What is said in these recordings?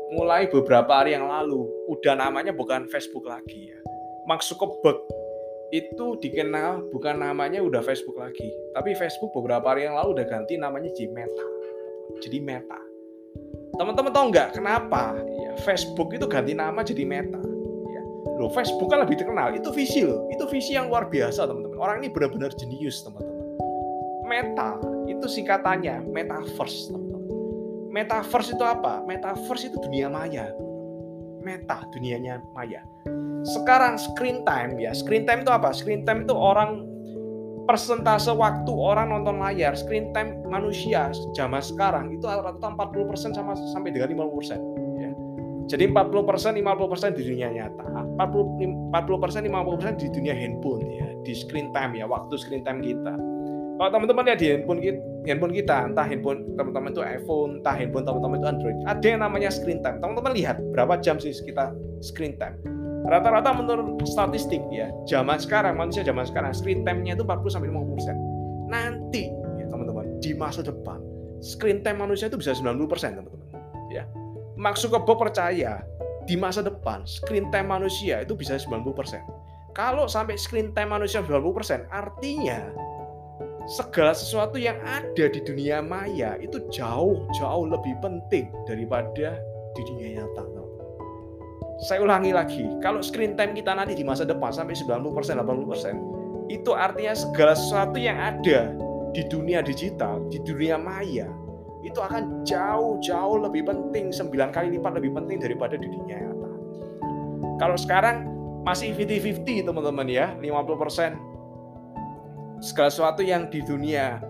mulai beberapa hari yang lalu, udah namanya bukan Facebook lagi ya. Mark Zuckerberg itu dikenal bukan namanya udah Facebook lagi, tapi Facebook beberapa hari yang lalu udah ganti namanya jadi Meta. Jadi Meta. Teman-teman tahu nggak kenapa ya, Facebook itu ganti nama jadi Meta? Ya. Loh, Facebook kan lebih terkenal. Itu visi loh. Itu visi yang luar biasa, teman-teman. Orang ini benar-benar jenius, teman-teman. Meta itu singkatannya Metaverse, teman-teman. Metaverse itu apa? Metaverse itu dunia maya. Meta, dunianya maya. Sekarang screen time ya. Screen time itu apa? Screen time itu persentase waktu orang nonton layar. Screen time manusia zaman sekarang itu rata-rata 40% sampai dengan 50% ya. Jadi 40% 50% di dunia nyata, 40% 50% di dunia handphone ya, di screen time ya, waktu screen time kita. Kalau teman-teman lihat di handphone kita, entah handphone teman-teman itu iPhone, entah handphone teman-teman itu Android, ada yang namanya screen time. Teman-teman lihat berapa jam sih kita screen time. Rata-rata menurut statistik ya, manusia zaman sekarang screen time-nya itu 40-50%. Nanti ya teman-teman, di masa depan screen time manusia itu bisa 90%, teman-teman. Ya. Mark Zuckerberg percaya di masa depan screen time manusia itu bisa 90%. Kalau sampai screen time manusia 90%, artinya segala sesuatu yang ada di dunia maya itu jauh lebih penting daripada di dunia nyata. Saya ulangi lagi, kalau screen time kita nanti di masa depan sampai 90%, 80%, itu artinya segala sesuatu yang ada di dunia digital, di dunia maya, itu akan jauh lebih penting, 9 kali lipat lebih penting daripada di dunia nyata. Kalau sekarang masih 50-50 teman-teman ya, 50% segala sesuatu yang di dunia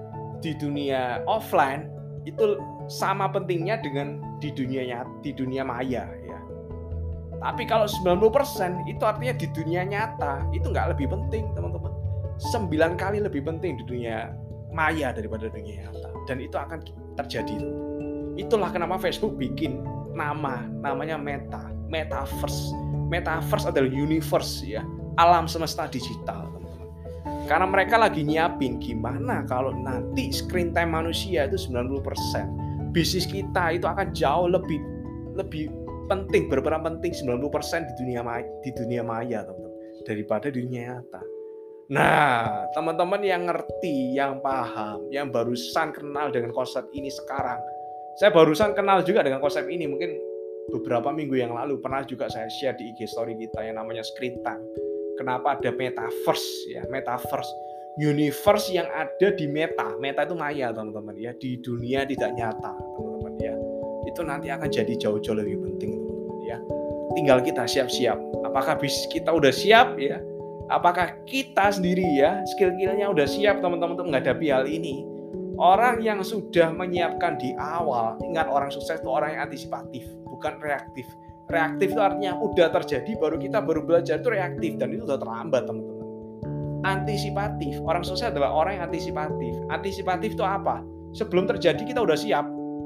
offline itu sama pentingnya dengan di dunia maya ya. Tapi kalau 90% itu artinya di dunia nyata itu nggak lebih penting, teman-teman. 9 kali lebih penting di dunia maya daripada dunia nyata. Dan itu akan terjadi. Itulah kenapa Facebook bikin namanya Metaverse. Metaverse adalah universe ya, alam semesta digital, teman-teman. Karena mereka lagi nyiapin gimana kalau nanti screen time manusia itu 90%. Bisnis kita itu akan jauh lebih penting, berperan penting 90% di dunia maya, teman-teman, daripada di dunia nyata. Nah, teman-teman yang ngerti, yang paham, yang barusan kenal dengan konsep ini sekarang. Saya barusan kenal juga dengan konsep ini, mungkin beberapa minggu yang lalu pernah juga saya share di IG story kita yang namanya screen time. Kenapa ada Metaverse ya, Metaverse universe yang ada di Meta itu maya, teman-teman ya, di dunia tidak nyata, teman-teman ya. Itu nanti akan jadi jauh lebih penting, teman-teman ya. Tinggal kita siap-siap. Apakah bisnis kita udah siap ya? Apakah kita sendiri ya skill-skillnya udah siap, teman-teman, untuk menghadapi hal ini? Orang yang sudah menyiapkan di awal, ingat orang sukses itu orang yang antisipatif, bukan reaktif. Reaktif itu artinya udah terjadi kita baru belajar, itu reaktif dan itu udah terlambat, teman-teman. Antisipatif, orang sukses adalah orang yang antisipatif. Antisipatif itu apa? Sebelum terjadi kita udah siap.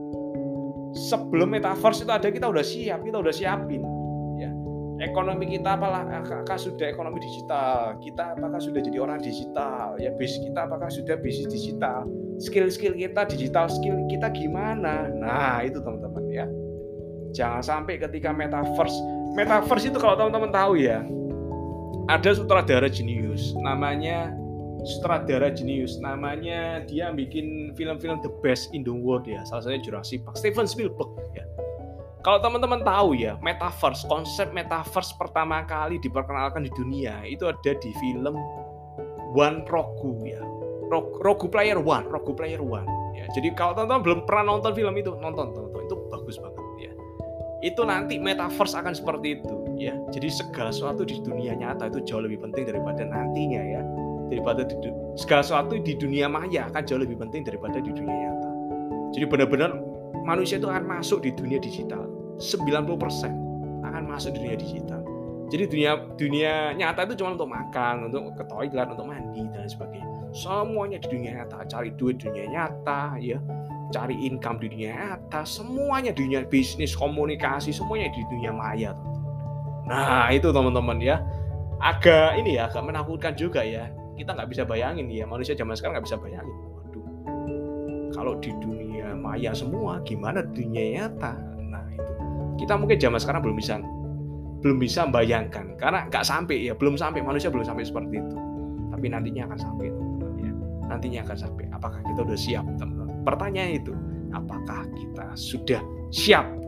Sebelum Metaverse itu ada kita udah siapin ya. Ekonomi kita apakah sudah ekonomi digital, kita apakah sudah jadi orang digital ya, bisnis kita apakah sudah bisnis digital, skill kita digital, skill kita gimana. Nah itu, teman-teman ya, jangan sampai ketika Metaverse itu, kalau teman-teman tahu ya, ada sutradara jenius namanya dia bikin film-film the best in the world ya, salah satunya Jurassic Park, Steven Spielberg ya. Kalau teman-teman tahu ya, konsep Metaverse pertama kali diperkenalkan di dunia itu ada di film Roku ya, Roku Player One ya. Jadi kalau teman-teman belum pernah nonton film itu, nonton, teman-teman, itu bagus banget ya. Itu nanti Metaverse akan seperti itu ya. Jadi segala sesuatu di dunia nyata itu jauh lebih penting daripada nantinya ya. Daripada segala sesuatu di dunia maya akan jauh lebih penting daripada di dunia nyata. Jadi benar-benar manusia itu akan masuk di dunia digital. 90% akan masuk di dunia digital. Jadi dunia nyata itu cuma untuk makan, untuk ke toilet, untuk mandi dan sebagainya. Semuanya di dunia nyata, cari duit di dunia nyata ya, cari income di dunia nyata, semuanya di dunia bisnis, komunikasi, semuanya di dunia maya, teman-teman. Nah, itu, teman-teman ya. Agak menakutkan juga ya. Kita nggak bisa bayangin ya, manusia zaman sekarang nggak bisa bayangin. Waduh, kalau di dunia maya semua, gimana dunia nyata? Nah itu, Kita mungkin zaman sekarang belum bisa membayangkan, karena nggak sampai ya, manusia belum sampai seperti itu. Tapi nantinya akan sampai, teman-teman ya. Nantinya akan sampai. Apakah kita udah siap, teman-teman? Pertanyaan itu, apakah kita sudah siap